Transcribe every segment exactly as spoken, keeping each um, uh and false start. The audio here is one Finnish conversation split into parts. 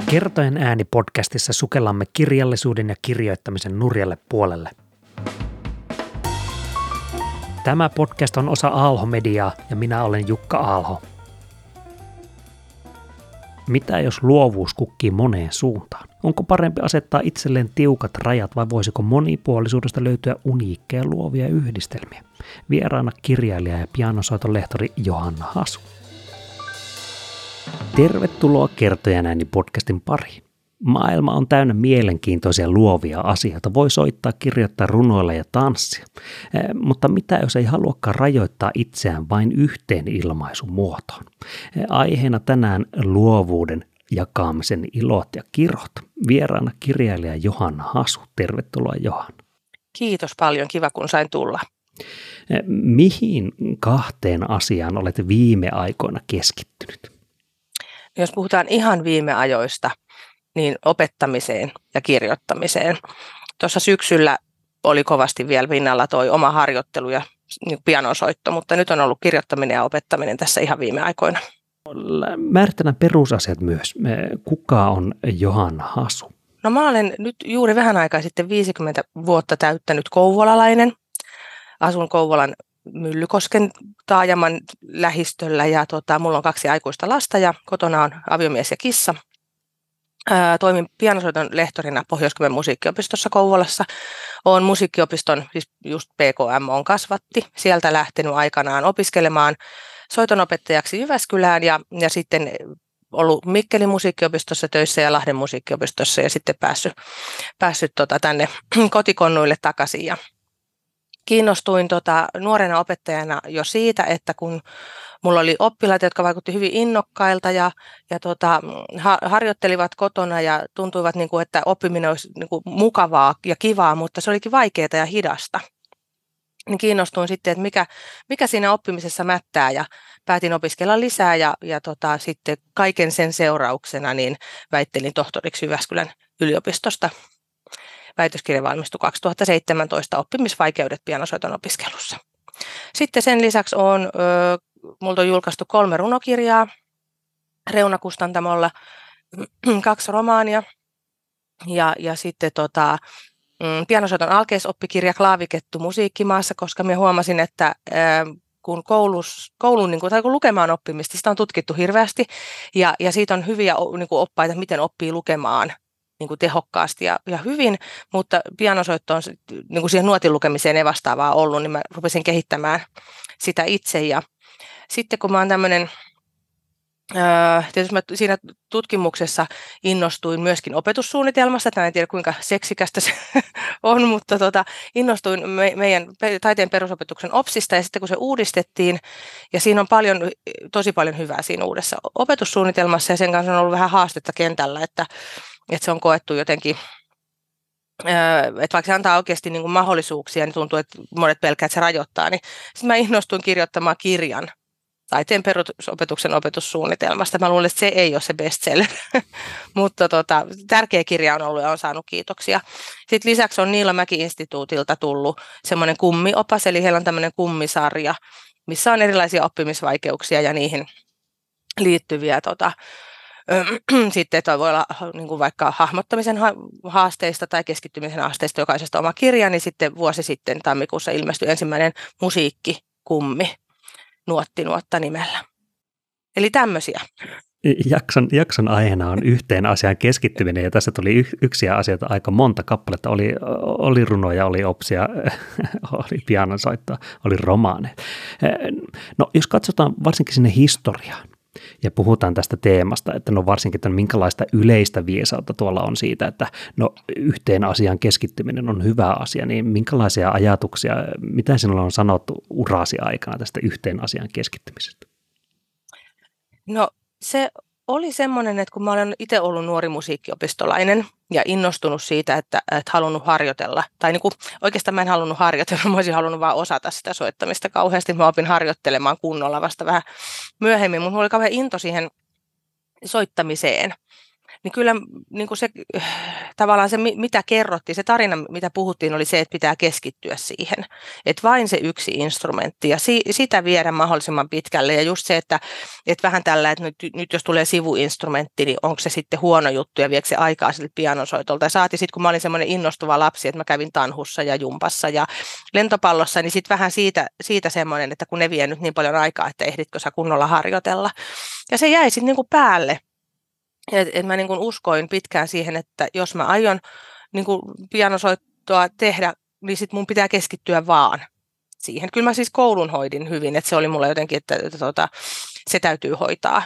Kertojen ääni podcastissa sukellamme kirjallisuuden ja kirjoittamisen nurjalle puolelle. Tämä podcast on osa Aalho-mediaa ja minä olen Jukka Aalho. Mitä jos luovuus kukkii moneen suuntaan? Onko parempi asettaa itselleen tiukat rajat vai voisiko monipuolisuudesta löytyä uniikkeja luovia yhdistelmiä? Vieraana kirjailija ja pianosoiton lehtori Johanna Hasu. Tervetuloa Kertojen ääni podcastin pariin. Maailma on täynnä mielenkiintoisia luovia asioita. Voi soittaa, kirjoittaa, runoilla ja tanssia. Eh, mutta mitä jos ei haluakaan rajoittaa itseään vain yhteen ilmaisumuotoon? Eh, aiheena tänään luovuuden jakamisen ilot ja kirot. Vieraana kirjailija Johanna Hasu. Tervetuloa Johanna. Kiitos paljon, kiva kun sain tulla. Eh, mihin kahteen asiaan olet viime aikoina keskittynyt? Jos puhutaan ihan viime ajoista, niin opettamiseen ja kirjoittamiseen. Tuossa syksyllä oli kovasti vielä pinnalla toi oma harjoittelu ja pianosoitto, mutta nyt on ollut kirjoittaminen ja opettaminen tässä ihan viime aikoina. Määritetään perusasiat myös. Kuka on Johanna Hasu? No mä olen nyt juuri vähän aikaa sitten viisikymmentä vuotta täyttänyt kouvolalainen. Asun Kouvolan Myllykosken taajaman lähistöllä ja tota, mulla on kaksi aikuista lasta ja kotona on aviomies ja kissa. Ää, toimin pianosoiton lehtorina Pohjois-Kymen musiikkiopistossa Kouvolassa. Olen musiikkiopiston, siis just P K M on kasvatti, sieltä lähtenyt aikanaan opiskelemaan soitonopettajaksi Jyväskylään ja, ja sitten ollut Mikkelin musiikkiopistossa töissä ja Lahden musiikkiopistossa ja sitten päässyt, päässyt tota, tänne kotikonnuille takaisin. Ja kiinnostuin tota, nuorena opettajana jo siitä, että kun mulla oli oppilaita, jotka vaikutti hyvin innokkailta ja, ja tota, ha, harjoittelivat kotona ja tuntuivat, niin kuin, että oppiminen olisi niin kuin, mukavaa ja kivaa, mutta se olikin vaikeaa ja hidasta. Niin kiinnostuin sitten, että mikä, mikä siinä oppimisessa mättää ja päätin opiskella lisää ja, ja tota, sitten kaiken sen seurauksena niin väittelin tohtoriksi Jyväskylän yliopistosta. Väitöskirja valmistui kaksituhattaseitsemäntoista oppimisvaikeudet pianosoiton opiskelussa. Sitten sen lisäksi on, ö, multa on julkaistu kolme runokirjaa Reunakustantamolla, kaksi romaania ja, ja sitten tota, pianosoiton alkeisoppikirja Klaavikettu musiikkimaassa, koska minä huomasin, että ö, kun koulus, koulun, niin kuin, tai kun lukemaan oppimista, sitä on tutkittu hirveästi ja, ja siitä on hyviä niin kuin oppaita, miten oppii lukemaan niin kuin tehokkaasti ja, ja hyvin, mutta pianosoitto on niin kuin siihen nuotin lukemiseen ei vastaavaa ollut, niin mä rupesin kehittämään sitä itse. Ja sitten kun mä oon tämmöinen, ää, tietysti mä siinä tutkimuksessa innostuin myöskin opetussuunnitelmasta, mä en tiedä kuinka seksikästä se on, mutta tota, innostuin me, meidän taiteen perusopetuksen OPSista ja sitten kun se uudistettiin, ja siinä on paljon, tosi paljon hyvää siinä uudessa opetussuunnitelmassa ja sen kanssa on ollut vähän haastetta kentällä, että että se on koettu jotenkin, että vaikka se antaa oikeasti niin kuin mahdollisuuksia, niin tuntuu, että monet pelkää, että se rajoittaa. Niin sitten mä innostuin kirjoittamaan kirjan taiteen perusopetuksen opetussuunnitelmasta. Mä luulen, että se ei ole se bestseller, mutta tota, tärkeä kirja on ollut ja on saanut kiitoksia. Sitten lisäksi on Niilamäki-instituutilta tullut semmoinen kummiopas, eli heillä on tämmöinen kummisarja, missä on erilaisia oppimisvaikeuksia ja niihin liittyviä tota, sitten toi voi olla niin kuin vaikka hahmottamisen haasteista tai keskittymisen haasteista jokaisesta oma kirja, niin sitten vuosi sitten tammikuussa ilmestyi ensimmäinen musiikkikummi Nuotti Nuotta nimellä. Eli tämmöisiä. Jakson, jakson aiheena on yhteen asiaan keskittyminen ja tässä tuli y- yksiä asioita aika monta kappaletta. Oli, oli runoja, oli opsia, oli pianonsoittoa, oli romaaneja. No jos katsotaan varsinkin sinne historiaan, ja puhutaan tästä teemasta, että no varsinkin, että minkälaista yleistä viisautta tuolla on siitä, että no yhteen asiaan keskittyminen on hyvä asia, niin minkälaisia ajatuksia, mitä sinulla on sanottu urasi aikana tästä yhteen asiaan keskittymisestä? No se oli semmoinen, että kun mä olen itse ollut nuori musiikkiopistolainen ja innostunut siitä, että, että halunnut harjoitella, tai niin kuin, oikeastaan mä en halunnut harjoitella, mä olisin halunnut vaan osata sitä soittamista kauheasti. Mä opin harjoittelemaan kunnolla vasta vähän myöhemmin, mutta mulla oli kauhean into siihen soittamiseen. niin kyllä niin kuin se, tavallaan se, mitä kerrottiin, se tarina, mitä puhuttiin, oli se, että pitää keskittyä siihen. Että vain se yksi instrumentti ja si, sitä viedä mahdollisimman pitkälle. Ja just se, että, että vähän tällä, että nyt, nyt jos tulee sivuinstrumentti, niin onko se sitten huono juttu ja viekö se aikaa sille pianosoitolta. Ja saati sitten, kun mä olin semmoinen innostuva lapsi, että mä kävin tanhussa ja jumpassa ja lentopallossa, niin sitten vähän siitä, siitä semmoinen, että kun ne vie nyt niin paljon aikaa, että ehditkö sä kunnolla harjoitella. Ja se jäi sitten niin kuin päälle. Et, et mä niin kuin uskoin pitkään siihen, että jos mä aion niin kuin pianosoittoa tehdä, niin sit mun pitää keskittyä vaan siihen. Kyllä mä siis koulun hoidin hyvin, että se oli mulle jotenkin, että, että, että, että se täytyy hoitaa.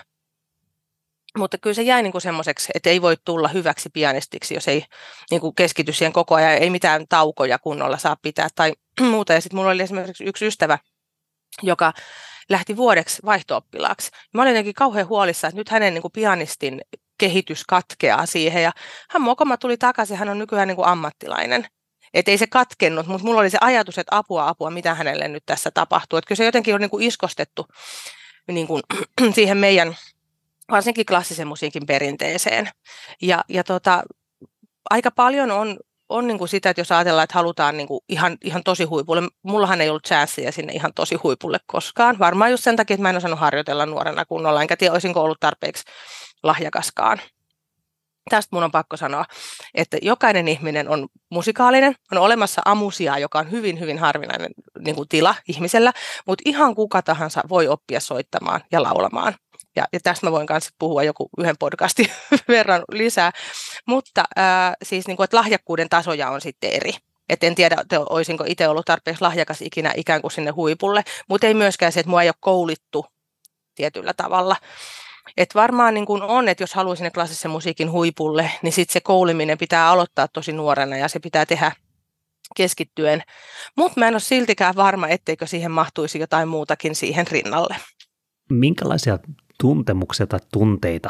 Mutta kyllä se jäi niin kuin semmoiseksi, että ei voi tulla hyväksi pianistiksi, jos ei niin kuin keskity siihen koko ajan, ei mitään taukoja kunnolla saa pitää tai muuta. Ja sitten mulla oli esimerkiksi yksi ystävä, joka lähti vuodeksi vaihto-oppilaaksi. Mä olin jotenkin kauhean huolissaan, että nyt hänen niin kuin pianistin kehitys katkeaa siihen. Ja hän mokoma tuli takaisin, hän on nykyään niin kuin ammattilainen. Että ei se katkennut, mutta mulla oli se ajatus, että apua, apua, mitä hänelle nyt tässä tapahtuu. Että kyllä se jotenkin on niin kuin iskostettu niin kuin siihen meidän, varsinkin klassisen musiikin perinteeseen. Ja, ja tota, aika paljon on, on niin kuin sitä, että jos ajatellaan, että halutaan niin kuin ihan, ihan tosi huipulle. Mullahan ei ollut chanssiä sinne ihan tosi huipulle koskaan. Varmaan just sen takia, että mä en osannut harjoitella nuorena kunnolla, enkä tiedä, olisinko ollut tarpeeksi lahjakaskaan. Tästä mun on pakko sanoa, että jokainen ihminen on musikaalinen, on olemassa amusia, joka on hyvin, hyvin harvinainen niin kuin tila ihmisellä, mutta ihan kuka tahansa voi oppia soittamaan ja laulamaan. Ja, ja tästä mä voin kanssa puhua joku yhden podcastin verran lisää, mutta ää, siis niin kuin, että lahjakkuuden tasoja on sitten eri. Et en tiedä, että olisinko itse ollut tarpeeksi lahjakas ikinä ikään kuin sinne huipulle, mutta ei myöskään se, että mua ei ole koulittu tietyllä tavalla. Et varmaan niin kuin on, että jos haluaa sinne klassisen musiikin huipulle, niin sitten se kouliminen pitää aloittaa tosi nuorena ja se pitää tehdä keskittyen. Mutta mä en ole siltikään varma, etteikö siihen mahtuisi jotain muutakin siihen rinnalle. Minkälaisia tuntemuksia tai tunteita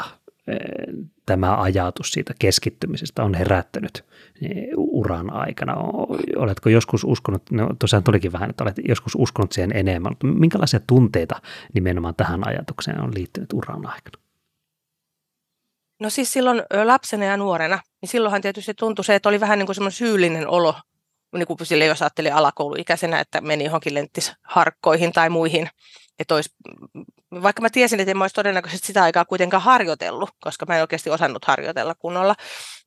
tämä ajatus siitä keskittymisestä on herättänyt uran aikana? Oletko joskus uskonut, no tosiaan tulikin vähän, että olet joskus uskonut siihen enemmän, mutta minkälaisia tunteita nimenomaan tähän ajatukseen on liittynyt uran aikana? No siis silloin lapsena ja nuorena, niin silloinhan tietysti tuntui se, että oli vähän niin kuin semmoinen syyllinen olo, niin kuin sille, jos ajatteli alakouluikäisenä, että meni johonkin lenttisharkkoihin tai muihin. Että olisi, vaikka mä tiesin, että en mä olisi todennäköisesti sitä aikaa kuitenkaan harjoitellut, koska mä en oikeasti osannut harjoitella kunnolla.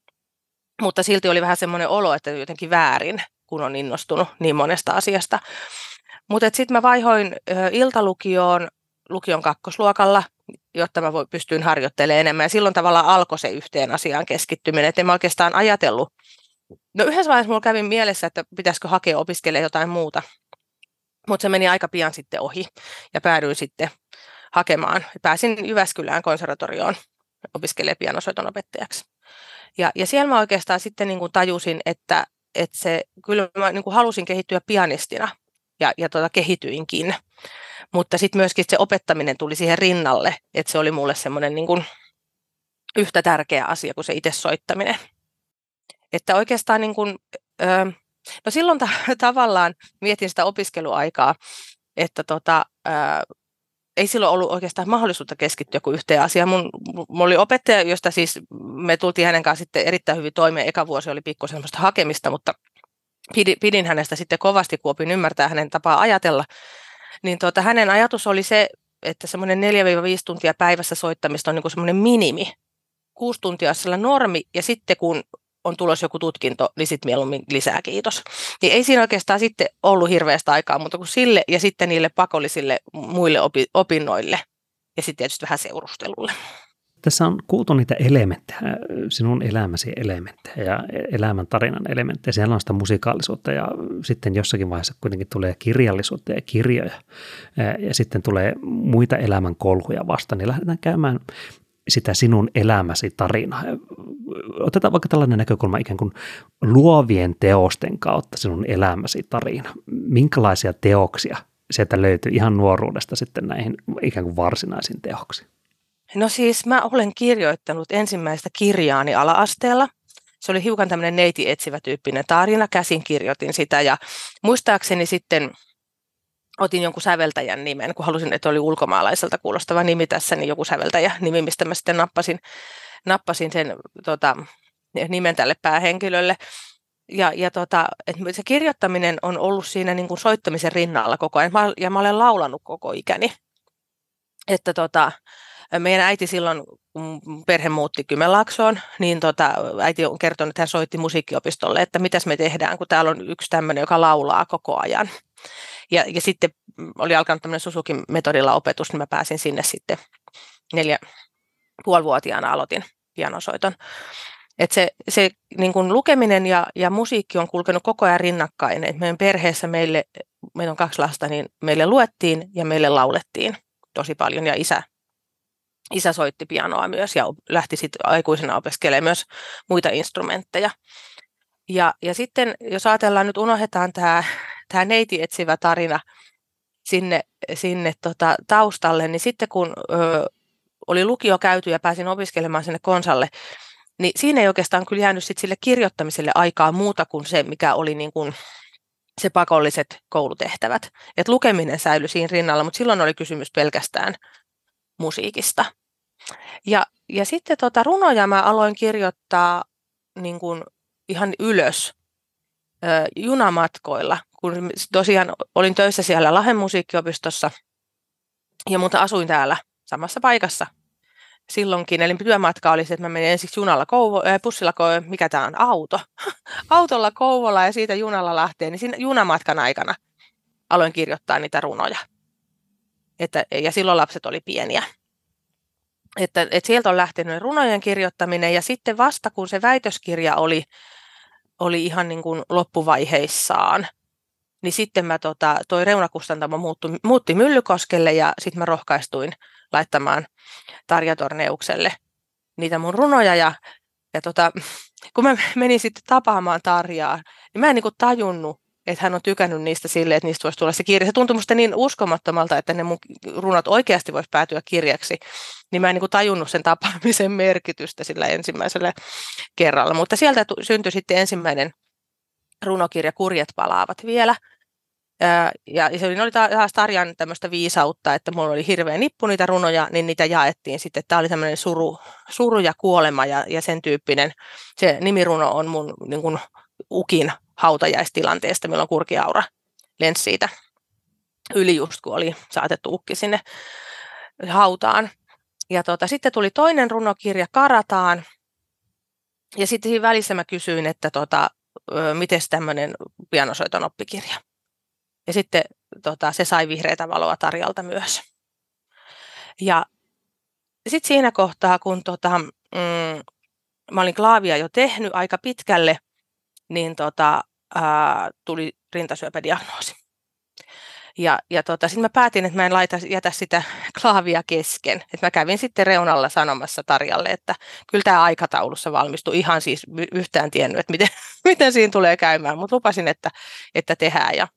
Mutta silti oli vähän semmoinen olo, että jotenkin väärin, kun on innostunut niin monesta asiasta. Mutta sitten mä vaihoin iltalukioon lukion kakkosluokalla, jotta mä pystyin harjoittelemaan enemmän. Ja silloin tavallaan alkoi se yhteen asiaan keskittyminen, että en mä oikeastaan ajatellut. No yhdessä vaiheessa mulla kävi mielessä, että pitäisikö hakea opiskelemaan jotain muuta. Mutta se meni aika pian sitten ohi ja päädyin sitten hakemaan. Pääsin Jyväskylään konservatorioon opiskelemaan pianosoiton opettajaksi. Ja, ja siellä mä oikeastaan sitten niin kuin tajusin, että, että se, kyllä mä niin kuin halusin kehittyä pianistina ja, ja tota, kehityinkin. Mutta sitten myöskin se opettaminen tuli siihen rinnalle, että se oli mulle semmoinen niin kuin yhtä tärkeä asia kuin se itse soittaminen. Että oikeastaan niin kuin, ö, no silloin ta- tavallaan mietin sitä opiskeluaikaa, että tota, ö, ei silloin ollut oikeastaan mahdollisuutta keskittyä kuin yhteen asiaan. Mun, mun oli opettaja, josta siis me tultiin hänen kanssa sitten erittäin hyvin toimeen. Eka vuosi oli pikkuisen semmoista hakemista, mutta pidin, pidin hänestä sitten kovasti, kun opin ymmärtää hänen tapaa ajatella. Niin tota, hänen ajatus oli se, että semmoinen neljä viisi tuntia päivässä soittamista on niin kuin semmoinen minimi. Kuusi tuntia on sellainen normi, ja sitten kun on tulossa joku tutkinto, niin sitten mieluummin lisää kiitos. Niin ei siinä oikeastaan sitten ollut hirveästä aikaa, mutta kuin sille ja sitten niille pakollisille muille opi- opinnoille ja sitten tietysti vähän seurustelulle. Tässä on kuultu niitä elementtejä, sinun elämäsi elementtejä ja elämän tarinan elementtejä. Siellä on sitä musikaalisuutta ja sitten jossakin vaiheessa kuitenkin tulee kirjallisuutta ja kirjoja ja sitten tulee muita elämän kolhuja vastaan. Niin lähdetään käymään sitä sinun elämäsi tarinaa. Otetaan vaikka tällainen näkökulma ikään kuin luovien teosten kautta sinun elämäsi tarina. Minkälaisia teoksia sieltä löytyy ihan nuoruudesta sitten näihin ikään kuin varsinaisiin teoksiin? No siis mä olen kirjoittanut ensimmäistä kirjaani ala-asteella. Se oli hiukan tämmöinen neiti etsivä tyyppinen tarina. Käsin kirjoitin sitä ja muistaakseni sitten otin jonkun säveltäjän nimen, kun halusin, että oli ulkomaalaiselta kuulostava nimi tässä, niin joku säveltäjä nimi, mistä mä sitten nappasin nappasin sen tota, nimen tälle päähenkilölle. Ja, ja tota, että se kirjoittaminen on ollut siinä niin kuin soittamisen rinnalla koko ajan, mä, ja mä olen laulanut koko ikäni. Että tota, meidän äiti silloin, kun perhe muutti Kymenlaaksoon, niin tota, äiti on kertonut, että hän soitti musiikkiopistolle, että mitäs me tehdään, kun täällä on yksi tämmöinen, joka laulaa koko ajan. Ja, ja sitten oli alkanut tämmöinen Suzuki-metodilla opetus, niin mä pääsin sinne sitten neljä puolivuotiaana aloitin pianosoiton. Että se, se niin kun lukeminen ja, ja musiikki on kulkenut koko ajan rinnakkain. Et meidän perheessä meille, meillä on kaksi lasta, niin meille luettiin ja meille laulettiin tosi paljon. Ja isä, isä soitti pianoa myös ja lähti sitten aikuisena opiskelemaan myös muita instrumentteja. Ja, ja sitten jos ajatellaan, nyt unohdetaan tämä, tämä neiti etsivä tarina sinne, sinne tota, taustalle, niin sitten kun ö, oli lukio käyty ja pääsin opiskelemaan sinne Konsalle, niin siinä ei oikeastaan kyllä jäänyt sit sille kirjoittamiselle aikaa muuta kuin se, mikä oli niin kuin se pakolliset koulutehtävät. Et lukeminen säilyi siinä rinnalla, mutta silloin oli kysymys pelkästään musiikista. Ja, ja sitten tota runoja mä aloin kirjoittaa niin kuin ihan ylös ö, junamatkoilla, kun tosiaan olin töissä siellä Lahden musiikkiopistossa ja mutta asuin täällä samassa paikassa silloinkin. Eli työmatka oli se, että mä menin ensiksi junalla, Kouvo, äh, bussilla, mikä tämä on, auto, autolla Kouvolaan ja siitä junalla Lahteen, niin siinä junamatkan aikana aloin kirjoittaa niitä runoja. Että, ja silloin lapset oli pieniä. Että, että sieltä on lähtenyt runojen kirjoittaminen ja sitten vasta kun se väitöskirja oli, oli ihan niin kuin loppuvaiheissaan, niin sitten mä tota, toi reunakustantamo muuttui, muutti Myllykoskelle ja sitten mä rohkaistuin laittamaan Tarja Torneukselle niitä mun runoja. Ja, ja tota, kun mä menin sitten tapaamaan Tarjaa, niin mä en niin kuin tajunnut, että hän on tykännyt niistä silleen, että niistä voisi tulla se kirja. Se tuntui musta niin uskomattomalta, että ne mun runot oikeasti voisi päätyä kirjaksi. Niin mä en niin kuin tajunnut sen tapaamisen merkitystä sillä ensimmäisellä kerralla. Mutta sieltä syntyi sitten ensimmäinen runokirja Kurjet palaavat vielä. Ja se oli taas Tarjan tämmöistä viisautta, että mulla oli hirveä nippu niitä runoja, niin niitä jaettiin sitten. Tämä oli tämmöinen suru, suru ja kuolema ja, ja sen tyyppinen. Se nimiruno on mun niin kuin ukin hautajaistilanteesta, milloin kurkiaura lensi siitä yli just, kun oli saatettu ukki sinne hautaan. Ja tota, sitten tuli toinen runokirja Karataan. Ja sitten siinä välissä mä kysyin, että tota, miten tämmöinen pianosoiton oppikirja. Ja sitten tota, se sai vihreätä valoa Tarjalta myös. Ja sitten siinä kohtaa, kun tota, mm, mä olin klaavia jo tehnyt aika pitkälle, niin tota, ää, tuli rintasyöpädiagnoosi. Ja, ja tota, sitten mä päätin, että mä en laita, jätä sitä klaavia kesken. Et mä kävin sitten reunalla sanomassa Tarjalle, että kyllä tämä aikataulussa valmistui. Ihan siis yhtään tiennyt, että miten, miten siinä tulee käymään, mutta lupasin, että, että tehdään. Ja,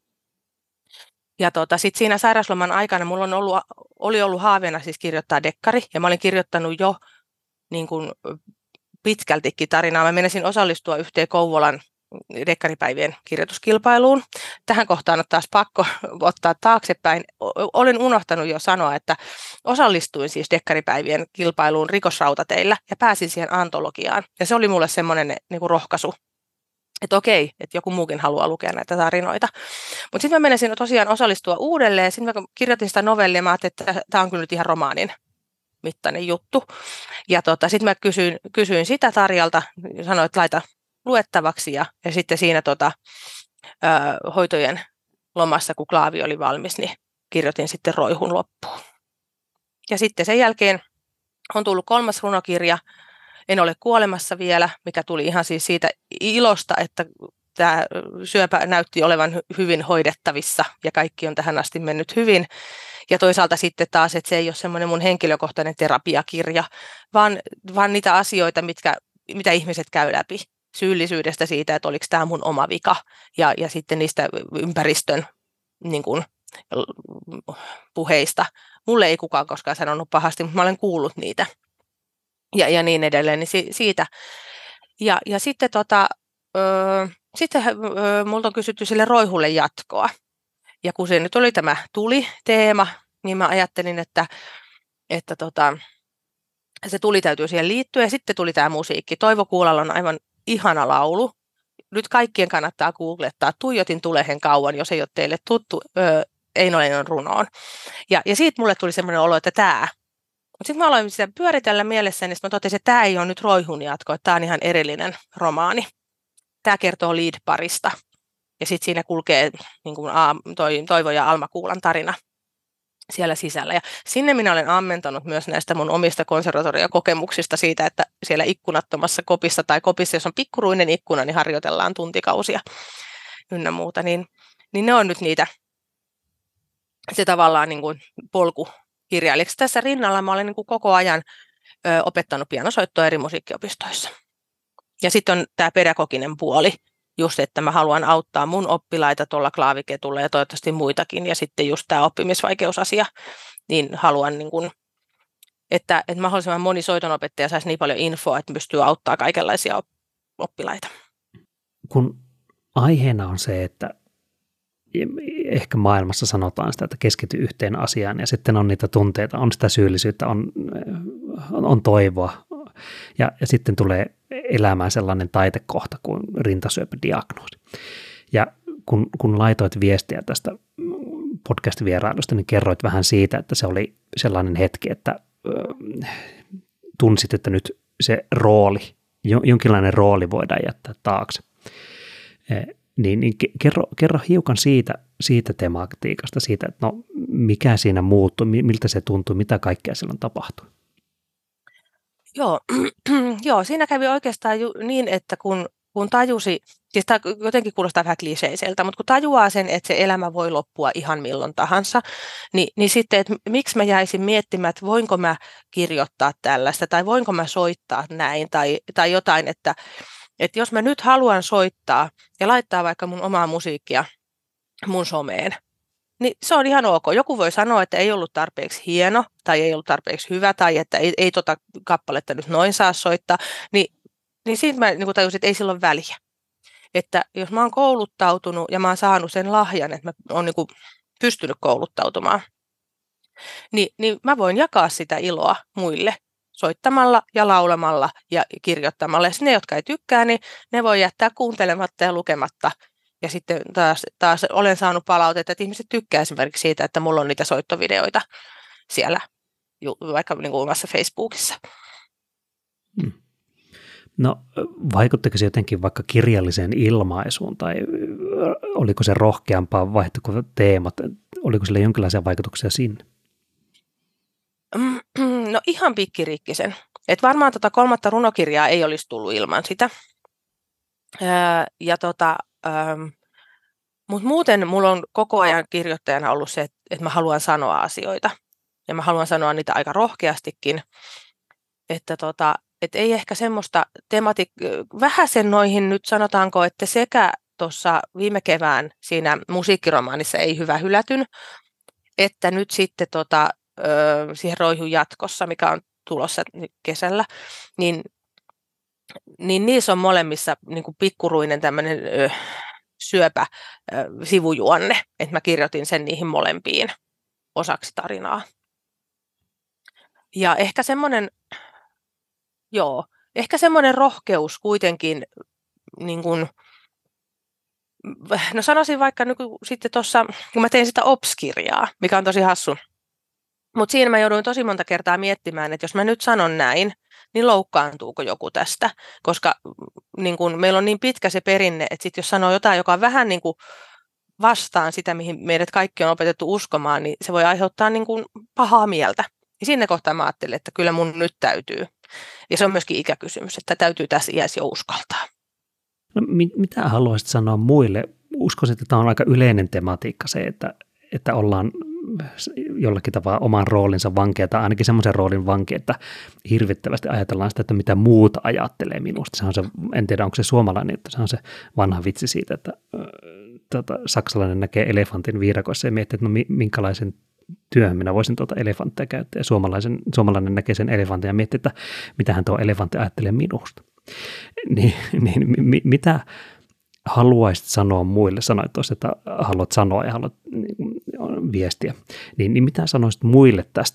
ja tota, sitten siinä sairausloman aikana mulla on ollut, oli ollut haaveena siis kirjoittaa dekkari, ja mä olin kirjoittanut jo niin kuin pitkältikin tarinaa. Mä menisin osallistua yhteen Kouvolan dekkaripäivien kirjoituskilpailuun. Tähän kohtaan on taas pakko ottaa taaksepäin. Olen unohtanut jo sanoa, että osallistuin siis dekkaripäivien kilpailuun Rikosrautateillä ja pääsin siihen antologiaan. Ja se oli mulle semmoinen niin kuin rohkaisu, että okei, että joku muukin haluaa lukea näitä tarinoita. Mutta sitten mä menisin tosiaan osallistua uudelleen. Sitten mä kirjoitin sitä novellia ja mä ajattelin, että tämä on kyllä nyt ihan romaanin mittainen juttu. Ja tota, sitten mä kysyin, kysyin sitä Tarjalta, sanoin, että laita luettavaksi ja, ja sitten siinä tota, ö, hoitojen lomassa, kun klaavi oli valmis, niin kirjoitin sitten roihun loppuun. Ja sitten sen jälkeen on tullut kolmas runokirja, En ole kuolemassa vielä, mikä tuli ihan siis siitä ilosta, että tämä syöpä näytti olevan hyvin hoidettavissa ja kaikki on tähän asti mennyt hyvin. Ja toisaalta sitten taas, että se ei ole semmoinen mun henkilökohtainen terapiakirja, vaan, vaan niitä asioita, mitkä, mitä ihmiset käy läpi. Syyllisyydestä siitä, että oliko tämä mun oma vika ja, ja sitten niistä ympäristön niin kuin, puheista. Mulle ei kukaan koskaan sanonut pahasti, mutta mä olen kuullut niitä ja, ja niin edelleen. Niin si, siitä. Ja, ja sitten, tota, ö, sitten ö, multa on kysytty sille roihulle jatkoa. Ja kun se nyt oli tämä tuli-teema, niin mä ajattelin, että, että tota, se tuli täytyy siihen liittyä ja sitten tuli tämä musiikki. Toivo Kuulalla on aivan ihana laulu. Nyt kaikkien kannattaa googlettaa. Tuijotin tulehen kauan, jos ei ole teille tuttu öö, Eino Leinon runoon. Ja, ja siitä mulle tuli semmoinen olo, että tämä. Mutta sitten mä aloin sitä pyöritellä mielessäni, niin mä totesin, että tämä ei ole nyt Roihun jatko, että tämä on ihan erillinen romaani. Tämä kertoo lead-parista. Ja sitten siinä kulkee niin kuin toi, Toivo ja Alma Kuulan tarina siellä sisällä. Ja sinne minä olen ammentanut myös näistä mun omista konservatoriakokemuksista siitä, että siellä ikkunattomassa kopissa tai kopissa, jos on pikkuruinen ikkuna, niin harjoitellaan tuntikausia ynnä muuta. Niin, niin ne on nyt niitä, se tavallaan niin kuin polkukirjailijaksi. Tässä rinnalla mä olen niin kuin koko ajan ö, opettanut pianosoittoa eri musiikkiopistoissa. Ja sitten on tämä pedagoginen puoli. Just, että mä haluan auttaa mun oppilaita tuolla klaaviketulla ja toivottavasti muitakin. Ja sitten just tämä oppimisvaikeusasia, niin haluan, niin kun, että, että mahdollisimman moni soitonopettaja saisi niin paljon infoa, että pystyy auttamaan kaikenlaisia oppilaita. Kun aiheena on se, että ehkä maailmassa sanotaan sitä, että keskity yhteen asiaan ja sitten on niitä tunteita, on sitä syyllisyyttä, on, on, on toivoa ja, ja sitten tulee elämään sellainen taitekohta kuin rintasyöpädiagnoosi. Ja kun, kun laitoit viestiä tästä podcast-vierailusta, niin kerroit vähän siitä, että se oli sellainen hetki, että ö, tunsit, että nyt se rooli, jonkinlainen rooli voidaan jättää taakse. E, niin, niin kerro, kerro hiukan siitä, siitä tematiikasta, siitä, että no, mikä siinä muuttui, miltä se tuntui, mitä kaikkea silloin tapahtui. Joo, joo, siinä kävi oikeastaan ju, niin, että kun, kun tajusi, siis tämä jotenkin kuulostaa vähän kliseiseltä, mutta kun tajuaa sen, että se elämä voi loppua ihan milloin tahansa, niin, niin sitten, että miksi mä jäisin miettimään, että voinko mä kirjoittaa tällaista, tai voinko mä soittaa näin, tai, tai jotain, että, että jos mä nyt haluan soittaa ja laittaa vaikka mun omaa musiikkia mun someen, niin se on ihan ok. Joku voi sanoa, että ei ollut tarpeeksi hieno tai ei ollut tarpeeksi hyvä tai että ei, ei tota kappaletta nyt noin saa soittaa, niin, niin siitä mä niin tajusin, että ei sillä ole väliä. Että jos mä oon kouluttautunut ja mä oon saanut sen lahjan, että mä oon niin pystynyt kouluttautumaan, niin, niin mä voin jakaa sitä iloa muille soittamalla ja laulamalla ja kirjoittamalla. Ja ne, jotka ei tykkää, niin ne voi jättää kuuntelematta ja lukematta. Ja sitten taas, taas olen saanut palautetta, että ihmiset tykkää esimerkiksi siitä, että mulla on niitä soittovideoita siellä vaikka niin kuin omassa Facebookissa. Hmm. No vaikuttiko se jotenkin vaikka kirjalliseen ilmaisuun tai oliko se rohkeampaa, vaihtuiko teemat, oliko sillä jonkinlaisia vaikutuksia sinne? No ihan pikkiriikkisen. Että varmaan tota kolmatta runokirjaa ei olisi tullut ilman sitä. Ja tota... Ähm, Mutta muuten mulla on koko ajan kirjoittajana ollut se, että, että mä haluan sanoa asioita. Ja mä haluan sanoa niitä aika rohkeastikin. Että tota, et ei ehkä semmoista tematiikkaa, vähäsen noihin nyt sanotaanko, että sekä tuossa viime kevään siinä musiikkiromaanissa Ei hyvä hylätyn, että nyt sitten tota, ö, siihen Roihun jatkossa, mikä on tulossa kesällä, niin, niin niissä on molemmissa niin kuin pikkuruinen tämmöinen ö, syöpä ö, sivujuonne, että mä kirjoitin sen niihin molempiin osaksi tarinaa. Ja ehkä semmoinen, joo, ehkä semmoinen rohkeus kuitenkin, niin kuin, no sanoisin vaikka nyt sitten tuossa, kun mä tein sitä Ops-kirjaa, mikä on tosi hassu, mutta siinä mä jouduin tosi monta kertaa miettimään, että jos mä nyt sanon näin, niin loukkaantuuko joku tästä, koska niin kun, meillä on niin pitkä se perinne, että sit jos sanoo jotain, joka on vähän niin kuin vastaan sitä, mihin meidät kaikki on opetettu uskomaan, niin se voi aiheuttaa niin kuin pahaa mieltä. Ja sinne kohtaa mä ajattelin, että kyllä mun nyt täytyy. Ja se on myöskin ikäkysymys, että täytyy tässä iässä jo uskaltaa. No, mit, mitä haluaisit sanoa muille? Uskoisin, että tämä on aika yleinen tematiikka se, että, että ollaan jollakin tavalla oman roolinsa vankeja tai ainakin semmoisen roolin vankeja, että hirvittävästi ajatellaan sitä, että mitä muuta ajattelee minusta. Se on se, en tiedä, onko se suomalainen, että se on se vanha vitsi siitä, että äh, tota, saksalainen näkee elefantin viidakoissa ja miettii, että no minkälaisen työhön minä voisin tuota elefanttia käyttää. Ja suomalaisen, suomalainen näkee sen elefantin ja miettii, että mitähän tuo elefantti ajattelee minusta. Niin, niin mi, mitä haluaisit sanoa muille? Sanoit tuossa, että haluat sanoa ja haluat niin, viestiä. Niin, niin mitä sanoisit muille tästä,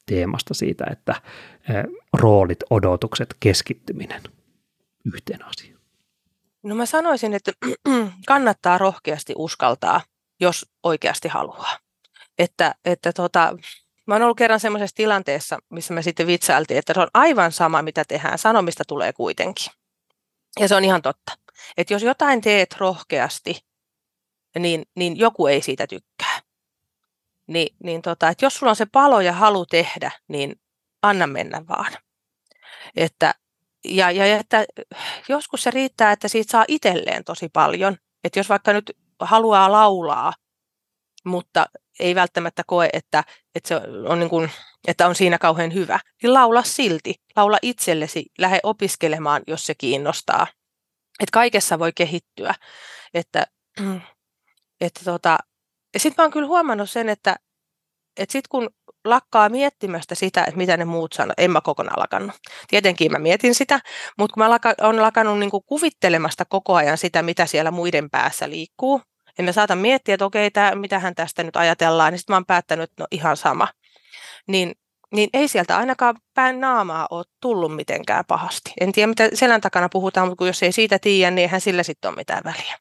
teemasta siitä, että roolit, odotukset, keskittyminen yhteen asiaan? No mä sanoisin, että kannattaa rohkeasti uskaltaa, jos oikeasti haluaa. Että, että tota, mä oon ollut kerran semmoisessa tilanteessa, missä me sitten vitsailtiin, että se on aivan sama, mitä tehdään, sanomista tulee kuitenkin. Ja se on ihan totta. Että jos jotain teet rohkeasti, niin, niin joku ei siitä tykkää. Ni, niin tota, että jos sulla on se palo ja halu tehdä, niin anna mennä vaan. Että, ja, ja että joskus se riittää, että siitä saa itselleen tosi paljon. Että jos vaikka nyt haluaa laulaa, mutta ei välttämättä koe, että, että, se on niin kuin, että on siinä kauhean hyvä, niin laula silti. Laula itsellesi, lähde opiskelemaan, jos se kiinnostaa. Että kaikessa voi kehittyä. Että, että tota, ja sitten mä oon kyllä huomannut sen, että, että sitten kun lakkaa miettimästä sitä, että mitä ne muut sanoo, en mä kokonaan lakannut. Tietenkin mä mietin sitä, mutta kun mä laka, on lakannut niin kuin kuvittelemasta koko ajan sitä, mitä siellä muiden päässä liikkuu, ja mä saatan miettiä, että okei, tää, mitähän tästä nyt ajatellaan, niin sitten mä oon päättänyt, että no ihan sama. Niin, niin ei sieltä ainakaan päin naamaa ole tullut mitenkään pahasti. En tiedä, mitä selän takana puhutaan, mutta kun jos ei siitä tiedä, niin eihän sillä sitten ole mitään väliä.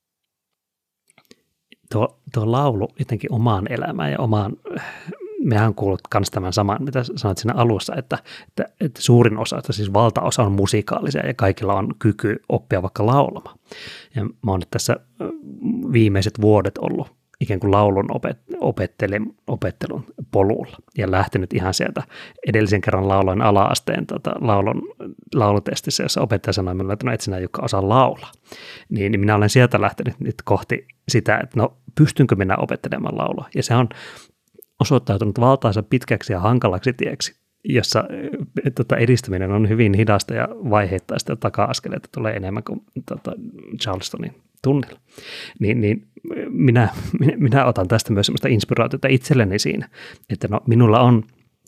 Tuo, tuo laulu jotenkin omaan elämään ja omaan, mehän on kuullut myös tämän saman, mitä sanoit siinä alussa, että, että, että suurin osa, että siis valtaosa on musikaalisia ja kaikilla on kyky oppia vaikka laulamaan. Ja mä oon nyt tässä viimeiset vuodet ollut ikään kuin laulun opettelun, opettelun polulla ja lähtenyt ihan sieltä edellisen kerran lauloin ala-asteen tota, laulun, laulutestissä, jossa opettaja sanoi minulle, että no et sinä Jukka osaa laulaa. Niin, niin minä olen sieltä lähtenyt nyt kohti sitä, että no pystynkö minä opettelemaan laulua. Ja se on osoittautunut valtaansa pitkäksi ja hankalaksi tieksi, jossa tota, edistyminen on hyvin hidasta ja vaiheittaista ja taka-askeleita tulee enemmän kuin tota, Charlestonin tunnilla. Niin, niin minä, minä, minä otan tästä myös sellaista inspiraatiota itselleni siinä, että no, minulla on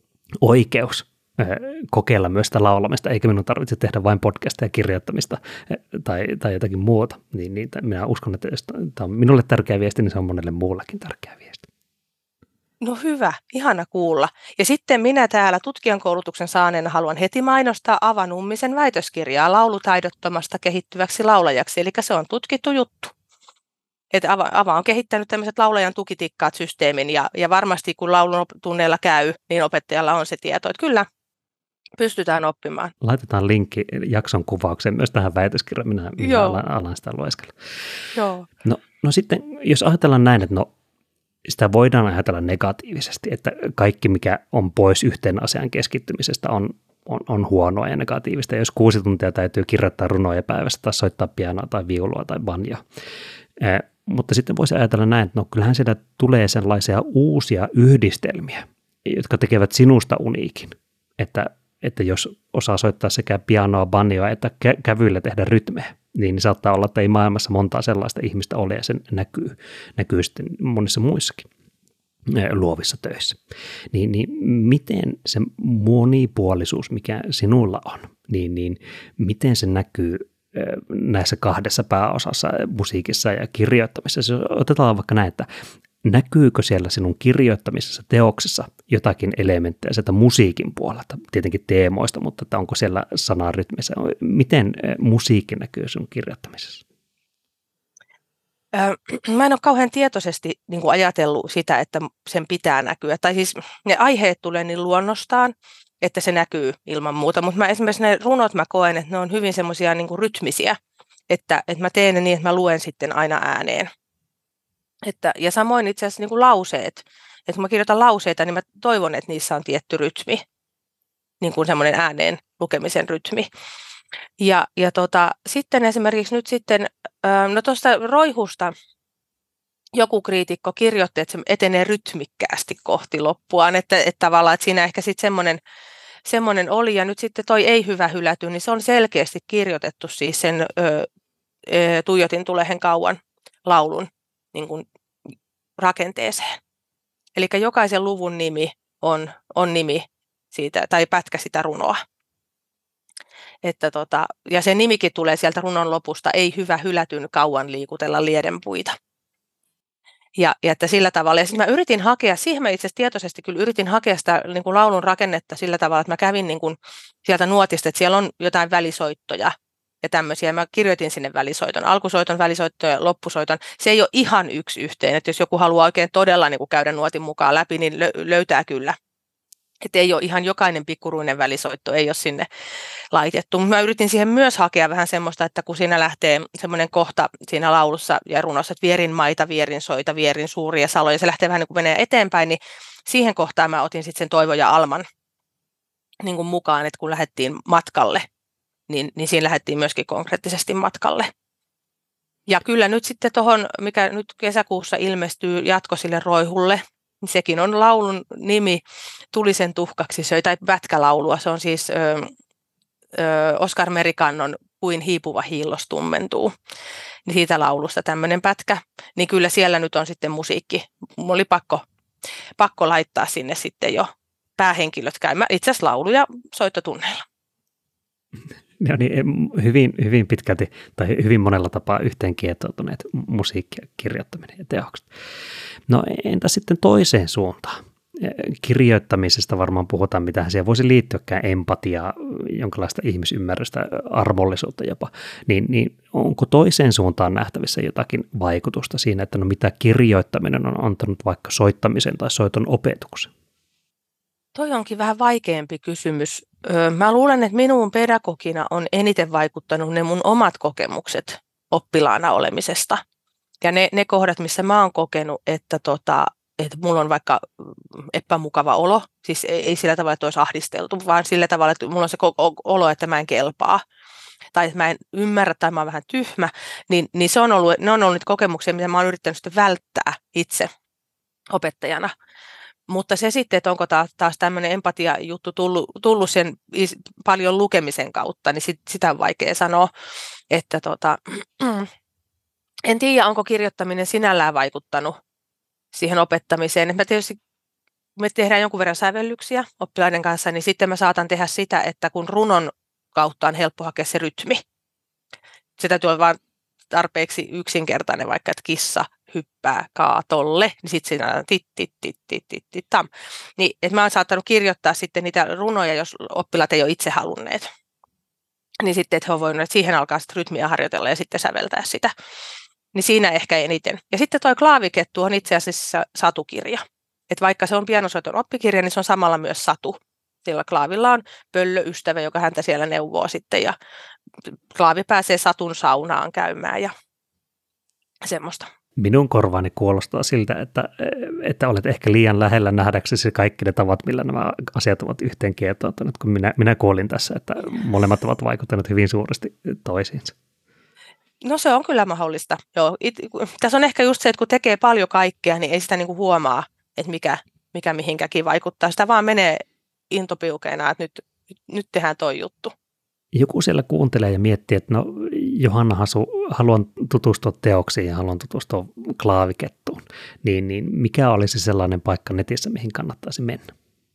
oikeus äh, kokeilla myös sitä laulamista, eikä minun tarvitse tehdä vain podcastia ja kirjoittamista äh, tai, tai jotakin muuta. Niin, niin, minä uskon, että jos tämä on minulle tärkeä viesti, niin se on monelle muullekin tärkeä viesti. No hyvä, ihana kuulla. Ja sitten minä täällä tutkijan koulutuksen saaneena haluan heti mainostaa Ava Nummisen väitöskirjaa laulutaidottomasta kehittyväksi laulajaksi, eli se on tutkittu juttu. Että Ava, Ava on kehittänyt tämmöiset laulajan tukitikkaat systeemin ja, ja varmasti kun laulun tunneilla käy, niin opettajalla on se tieto, että kyllä pystytään oppimaan. Laitetaan linkki jakson kuvaukseen myös tähän väitöskirjaan, minä, minä alan, alan sitä lueskella. Joo. No, no sitten, jos ajatellaan näin, että no, sitä voidaan ajatella negatiivisesti, että kaikki, mikä on pois yhteen asian keskittymisestä, on, on, on huonoa ja negatiivista. Jos kuusi tuntia täytyy kirjoittaa runoja päivässä tai soittaa pianoa tai viulua tai banjoa. Eh, mutta sitten voisi ajatella näin, että no kyllähän siellä tulee sellaisia uusia yhdistelmiä, jotka tekevät sinusta uniikin. Että, että jos osaa soittaa sekä pianoa, banjoa että kä- kävyillä tehdä rytmejä, niin saattaa olla, että ei maailmassa montaa sellaista ihmistä ole, ja se näkyy, näkyy sitten monissa muissakin luovissa töissä. Niin, niin miten se monipuolisuus, mikä sinulla on, niin, niin miten se näkyy näissä kahdessa pääosassa, musiikissa ja kirjoittamisessa? Otetaan vaikka näin, että näkyykö siellä sinun kirjoittamisessa, teoksessa jotakin elementtejä sieltä musiikin puolelta, tietenkin teemoista, mutta että onko siellä sanarytmissä? Miten musiikki näkyy sinun kirjoittamisessa? Mä en ole kauhean tietoisesti niin kuin ajatellut sitä, että sen pitää näkyä. Tai siis ne aiheet tulee niin luonnostaan, että se näkyy ilman muuta. Mutta mä esimerkiksi ne runot mä koen, että ne on hyvin semmoisia niin kuin rytmisiä, että, että mä teen ne niin, että mä luen sitten aina ääneen. Että, ja samoin itse asiassa niin kuin lauseet. Että kun mä kirjoitan lauseita, niin mä toivon, että niissä on tietty rytmi, niin kuin semmoinen ääneen lukemisen rytmi. Ja, ja tota, sitten esimerkiksi nyt sitten, no tuosta roihusta joku kriitikko kirjoitti, että se etenee rytmikkäästi kohti loppuaan, että, että tavallaan, että siinä ehkä sitten semmoinen, semmoinen oli, ja nyt sitten toi ei hyvä hyläty, niin se on selkeästi kirjoitettu siis sen ö, ö, Tuijotin tulehen kauan laulun niin kuin rakenteeseen. Eli jokaisen luvun nimi on, on nimi siitä, tai pätkä sitä runoa. Että tota, ja se nimikin tulee sieltä runon lopusta, ei hyvä hylätyn kauan liikutella liedenpuita. Ja, ja että sillä tavalla, ja sitten mä yritin hakea, siihen mä itse asiassa tietoisesti kyllä yritin hakea sitä niin kuin laulun rakennetta sillä tavalla, että mä kävin niin kuin sieltä nuotista, että siellä on jotain välisoittoja ja tämmöisiä. Mä kirjoitin sinne välisoiton, alkusoiton, välisoiton ja loppusoiton. Se ei ole ihan yksi yhteen, että jos joku haluaa oikein todella niin kuin käydä nuotin mukaan läpi, niin löytää kyllä. Että ei ole ihan jokainen pikkuruinen välisoitto, ei ole sinne laitettu. Mä yritin siihen myös hakea vähän semmoista, että kun siinä lähtee semmoinen kohta siinä laulussa ja runossa, että vierin maita, vierin soita, vierin suuria saloja, se lähtee vähän niin kuin menee eteenpäin, niin siihen kohtaan mä otin sitten sen Toivo ja Alman niin kuin mukaan, että kun lähdettiin matkalle, niin, niin siinä lähdettiin myöskin konkreettisesti matkalle. Ja kyllä nyt sitten tuohon, mikä nyt kesäkuussa ilmestyy jatko sille Roihulle, niin sekin on laulun nimi, Tulisen tuhkaksi söi, tai pätkälaulua. Se on siis ö, ö, Oskar Merikannon Kuin hiipuva hiillos tummentuu. Niin siitä laulusta tämmöinen pätkä. Niin kyllä siellä nyt on sitten musiikki. Mulla oli pakko, pakko laittaa sinne sitten jo päähenkilöt käymään. Itse asiassa lauluja soittotunneilla. Ne on niin hyvin, hyvin pitkälti tai hyvin monella tapaa yhteen kietoutuneet musiikkia, kirjoittaminen ja teokset. No entä sitten toiseen suuntaan? Kirjoittamisesta varmaan puhutaan, mitä siihen voisi liittyäkään, empatiaa, jonkinlaista ihmisymmärrystä, armollisuutta jopa. Niin, niin onko toiseen suuntaan nähtävissä jotakin vaikutusta siinä, että no mitä kirjoittaminen on antanut vaikka soittamisen tai soiton opetuksen? Toi onkin vähän vaikeampi kysymys. Mä luulen, että minun pedagogina on eniten vaikuttanut ne mun omat kokemukset oppilaana olemisesta. Ja ne, ne kohdat, missä mä oon kokenut, että, tota, että mulla on vaikka epämukava olo, siis ei, ei sillä tavalla, että olisi ahdisteltu, vaan sillä tavalla, että mulla on se olo, että mä en kelpaa. Tai että mä en ymmärrä tai mä oon vähän tyhmä, niin, niin se on ollut, ne on ollut kokemuksia, mitä mä oon yrittänyt sitten välttää itse opettajana. Mutta se sitten, että onko taas, taas tämmöinen empatia-juttu tullut, tullut sen paljon lukemisen kautta, niin sit, sitä on vaikea sanoa. Että tota, en tiedä, onko kirjoittaminen sinällään vaikuttanut siihen opettamiseen. Mä tietysti, me tehdään jonkun verran sävellyksiä oppilaiden kanssa, niin sitten mä saatan tehdä sitä, että kun runon kautta on helppo hakea se rytmi. Se täytyy olla vain tarpeeksi yksinkertainen, vaikka että kissa hyppää kaatolle, niin sitten siinä on tit, tit, tit, tit, tit, tit, tam. Niin, että mä oon saattanut kirjoittaa sitten niitä runoja, jos oppilaat ei ole itse halunneet. Niin sitten, että he on voineet siihen alkaa sitten rytmiä harjoitella ja sitten säveltää sitä. Niin siinä ehkä eniten. Ja sitten toi klaavikettu on itse asiassa satukirja. Että vaikka se on pianosoiton oppikirja, niin se on samalla myös satu. Sillä klaavilla on pöllöystävä, joka häntä siellä neuvoo sitten, ja klaavi pääsee satun saunaan käymään ja semmoista. Minun korvaani kuulostaa siltä, että, että olet ehkä liian lähellä nähdäksesi kaikki ne tavat, millä nämä asiat ovat yhteen kietoutuneet, kun minä, minä kuulin tässä, että molemmat ovat vaikuttaneet hyvin suuresti toisiinsa. No se on kyllä mahdollista. Joo, it, tässä on ehkä just se, että kun tekee paljon kaikkea, niin ei sitä niinku huomaa, että mikä, mikä mihinkäkin vaikuttaa. Sitä vaan menee intopiukeena, että nyt, nyt tehdään toi juttu. Joku siellä kuuntelee ja miettii, että no Johanna Hasu, haluan tutustua teoksiin ja haluan tutustua klaavikettuun. Niin, niin mikä olisi sellainen paikka netissä, mihin kannattaisi mennä?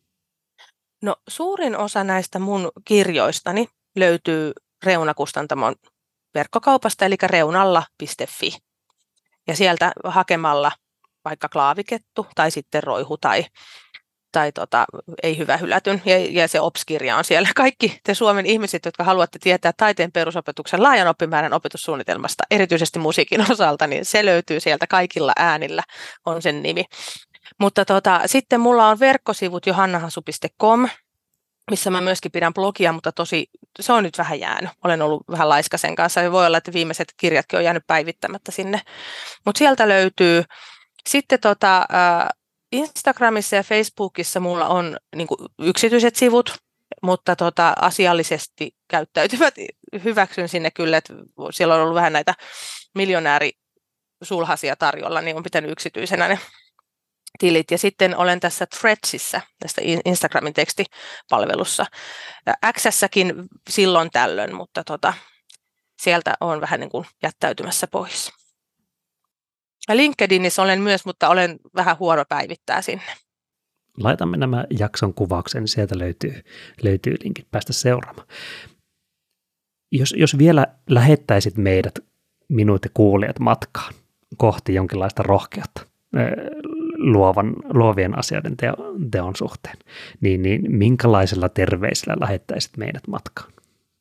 No suurin osa näistä mun kirjoistani löytyy Reuna-kustantamon verkkokaupasta, eli reunalla piste fi. Ja sieltä hakemalla vaikka klaavikettu tai sitten roihu tai tai tota, ei hyvä hylätyn, ja, ja se O P S-kirja on siellä. Kaikki te Suomen ihmiset, jotka haluatte tietää taiteen perusopetuksen laajan oppimäärän opetussuunnitelmasta, erityisesti musiikin osalta, niin se löytyy sieltä kaikilla äänillä, on sen nimi. Mutta tota, sitten mulla on verkkosivut johannahasu piste com, missä mä myöskin pidän blogia, mutta tosi, se on nyt vähän jäänyt. Olen ollut vähän laiska sen kanssa, ja voi olla, että viimeiset kirjatkin on jäänyt päivittämättä sinne. Mutta sieltä löytyy sitten tota, Instagramissa ja Facebookissa mulla on niin kuin yksityiset sivut, mutta tota, asiallisesti käyttäytyvät hyväksyn sinne kyllä, että siellä on ollut vähän näitä miljonäärisulhasia tarjolla, niin on pitänyt yksityisenä ne tilit. Ja sitten olen tässä Threadsissa, tästä Instagramin tekstipalvelussa. X:ssäkin silloin tällöin, mutta tota, sieltä on vähän niin kuin jättäytymässä pois. Ja LinkedInissä olen myös, mutta olen vähän huono päivittää sinne. Laitamme nämä jakson kuvaukseen, niin sieltä löytyy, löytyy linkit päästä seuraamaan. Jos, jos vielä lähettäisit meidät, minut ja kuulijat, matkaan kohti jonkinlaista rohkeutta, luovan, luovien asioiden teon, teon suhteen, niin, niin minkälaisella terveisellä lähettäisit meidät matkaan?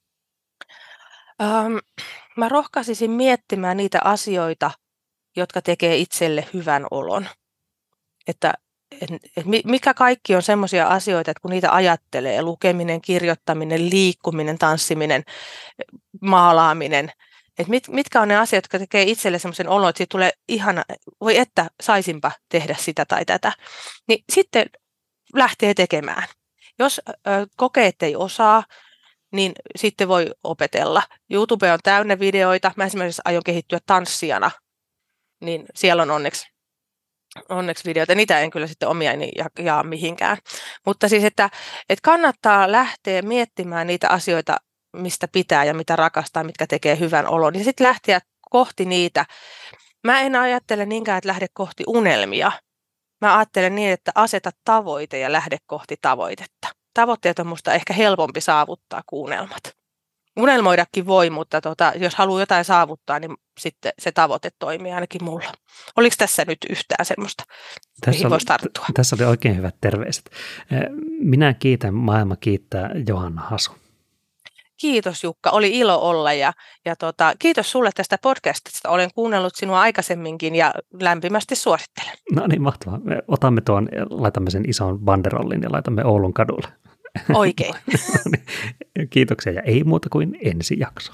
Ähm, mä rohkaisisin miettimään niitä asioita, jotka tekee itselle hyvän olon. Että et, et mikä kaikki on semmoisia asioita, että kun niitä ajattelee, lukeminen, kirjoittaminen, liikkuminen, tanssiminen, maalaaminen, että mit, mitkä on ne asiat, jotka tekee itselle semmoisen olon, että siitä tulee ihana, voi että saisinpa tehdä sitä tai tätä, niin sitten lähtee tekemään. Jos ö, kokee, että ei osaa, niin sitten voi opetella. YouTube on täynnä videoita. Mä esimerkiksi aion kehittyä tanssijana, niin siellä on onneksi, onneksi videoita. Niitä en kyllä sitten omiani jaa mihinkään. Mutta siis, että, että kannattaa lähteä miettimään niitä asioita, mistä pitää ja mitä rakastaa, mitkä tekee hyvän olon. Ja sitten lähteä kohti niitä. Mä en ajattele niinkään, että lähde kohti unelmia. Mä ajattelen niin, että aseta tavoite ja lähde kohti tavoitetta. Tavoitteet on musta ehkä helpompi saavuttaa kuin unelmat. Unelmoidakin voi, mutta tota, jos haluaa jotain saavuttaa, niin sitten se tavoite toimii ainakin mulla. Oliko tässä nyt yhtään semmoista, tässä mihin oli, voisi tarttua? t- tässä oli oikein hyvät terveiset. Minä kiitän, maailma kiittää Johanna Hasu. Kiitos Jukka, oli ilo olla ja, ja tota, kiitos sulle tästä podcastista. Olen kuunnellut sinua aikaisemminkin ja lämpimästi suosittelen. No niin, mahtavaa. Me otamme tuon, laitamme sen ison banderollin ja laitamme Oulun kadulle. Oikein. No niin, kiitoksia ja ei muuta kuin ensi jakso.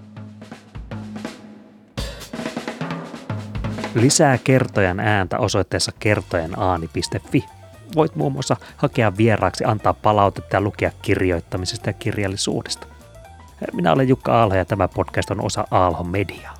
Lisää Kertojan ääntä osoitteessa kertojenaani piste fi. Voit muun muassa hakea vieraaksi, antaa palautetta ja lukea kirjoittamisesta ja kirjallisuudesta. Minä olen Jukka Aalho ja tämä podcast on osa Aalho Mediaa.